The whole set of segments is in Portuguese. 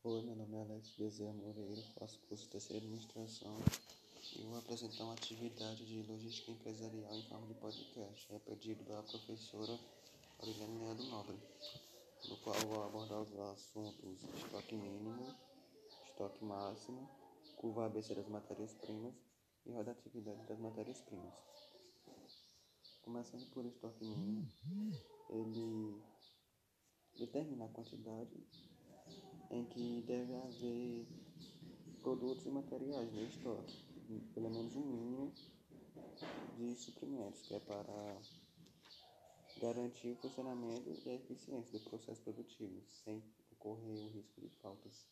Oi, meu nome é Alex Bezerra Moreira, faço curso de terceira administração e vou apresentar uma atividade de logística empresarial em forma de podcast. É pedido da professora Aureliane Leandro Nobre, no qual vou abordar os assuntos estoque mínimo, estoque máximo, curva ABC das matérias-primas e rotatividade das matérias-primas. Começando por estoque mínimo, ele determina a quantidade em que deve haver produtos e materiais no estoque, pelo menos um mínimo de suprimentos, que é para garantir o funcionamento e a eficiência do processo produtivo, sem ocorrer o risco de faltas.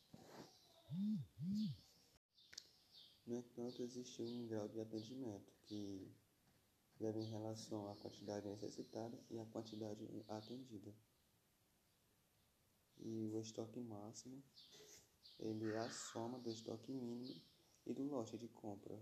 No entanto, existe um grau de atendimento que leva em relação à quantidade necessitada e à quantidade atendida. E o estoque máximo, ele é a soma do estoque mínimo e do lote de compra.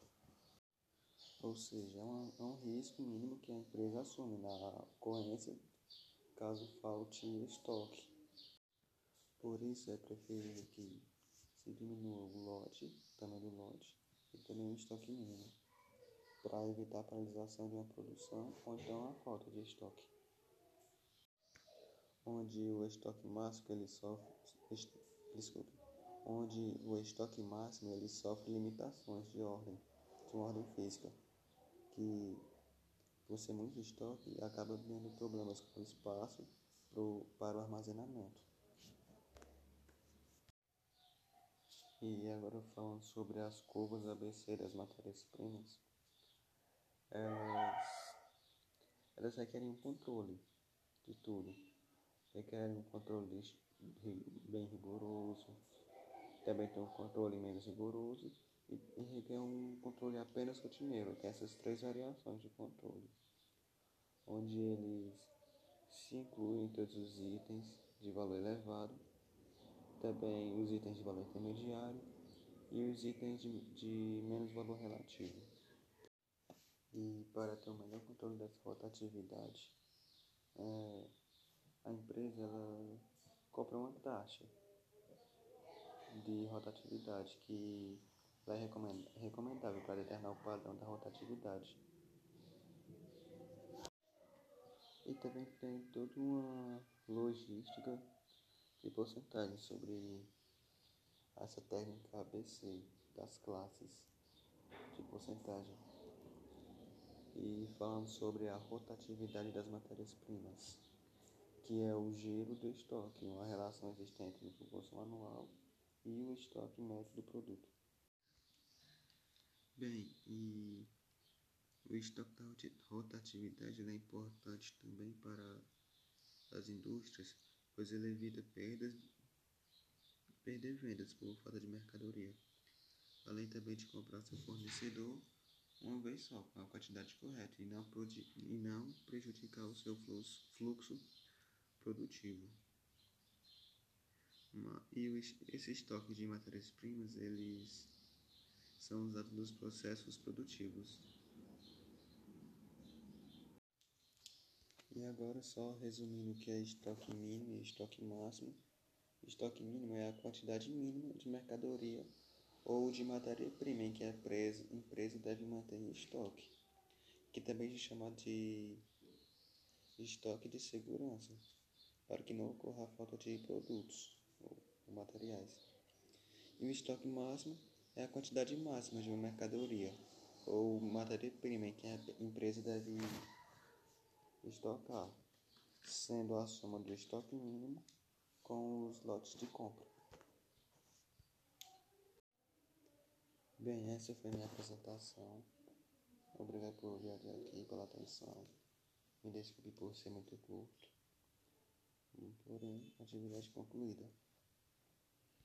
Ou seja, é um risco mínimo que a empresa assume na ocorrência caso falte estoque. Por isso é preferível que se diminua o tamanho do lote e também o estoque mínimo, para evitar a paralisação de uma produção ou então a falta de estoque. Onde o estoque máximo ele sofre limitações de uma ordem física, que por ser muito estoque acaba tendo problemas com o espaço para o armazenamento. E agora falando sobre as curvas ABC das matérias-primas, elas requerem um controle de tudo. Requerem um controle bem rigoroso, também tem um controle menos rigoroso e requer um controle apenas rotineiro. Tem essas três variações de controle, onde eles se incluem todos os itens de valor elevado, também os itens de valor intermediário e os itens de menos valor relativo. E para ter um melhor controle dessa rotatividade, a empresa ela cobra uma taxa de rotatividade que é recomendável para determinar o padrão da rotatividade. E também tem toda uma logística de porcentagem sobre essa técnica ABC das classes de porcentagem. E falando sobre a rotatividade das matérias-primas, que é o giro do estoque, uma relação existente entre o consumo anual e o estoque médio do produto. Bem, e o estoque da rotatividade é importante também para as indústrias, pois ele evita perder vendas por falta de mercadoria, além também de comprar seu fornecedor uma vez só, com a quantidade correta, e não prejudicar o seu fluxo produtivo. Esse estoque de matérias-primas, eles são usados nos processos produtivos. E agora só resumindo o que é estoque mínimo e estoque máximo. Estoque mínimo é a quantidade mínima de mercadoria ou de matéria-prima em que a empresa deve manter em estoque, que também é chamado de estoque de segurança, para que não ocorra a falta de produtos ou materiais. E o estoque máximo é a quantidade máxima de uma mercadoria ou matéria-prima em que a empresa deve estocar, sendo a soma do estoque mínimo com os lotes de compra. Bem, essa foi minha apresentação. Obrigado por vir até aqui, pela atenção. Me desculpe por ser muito curto. Porém, atividade concluída.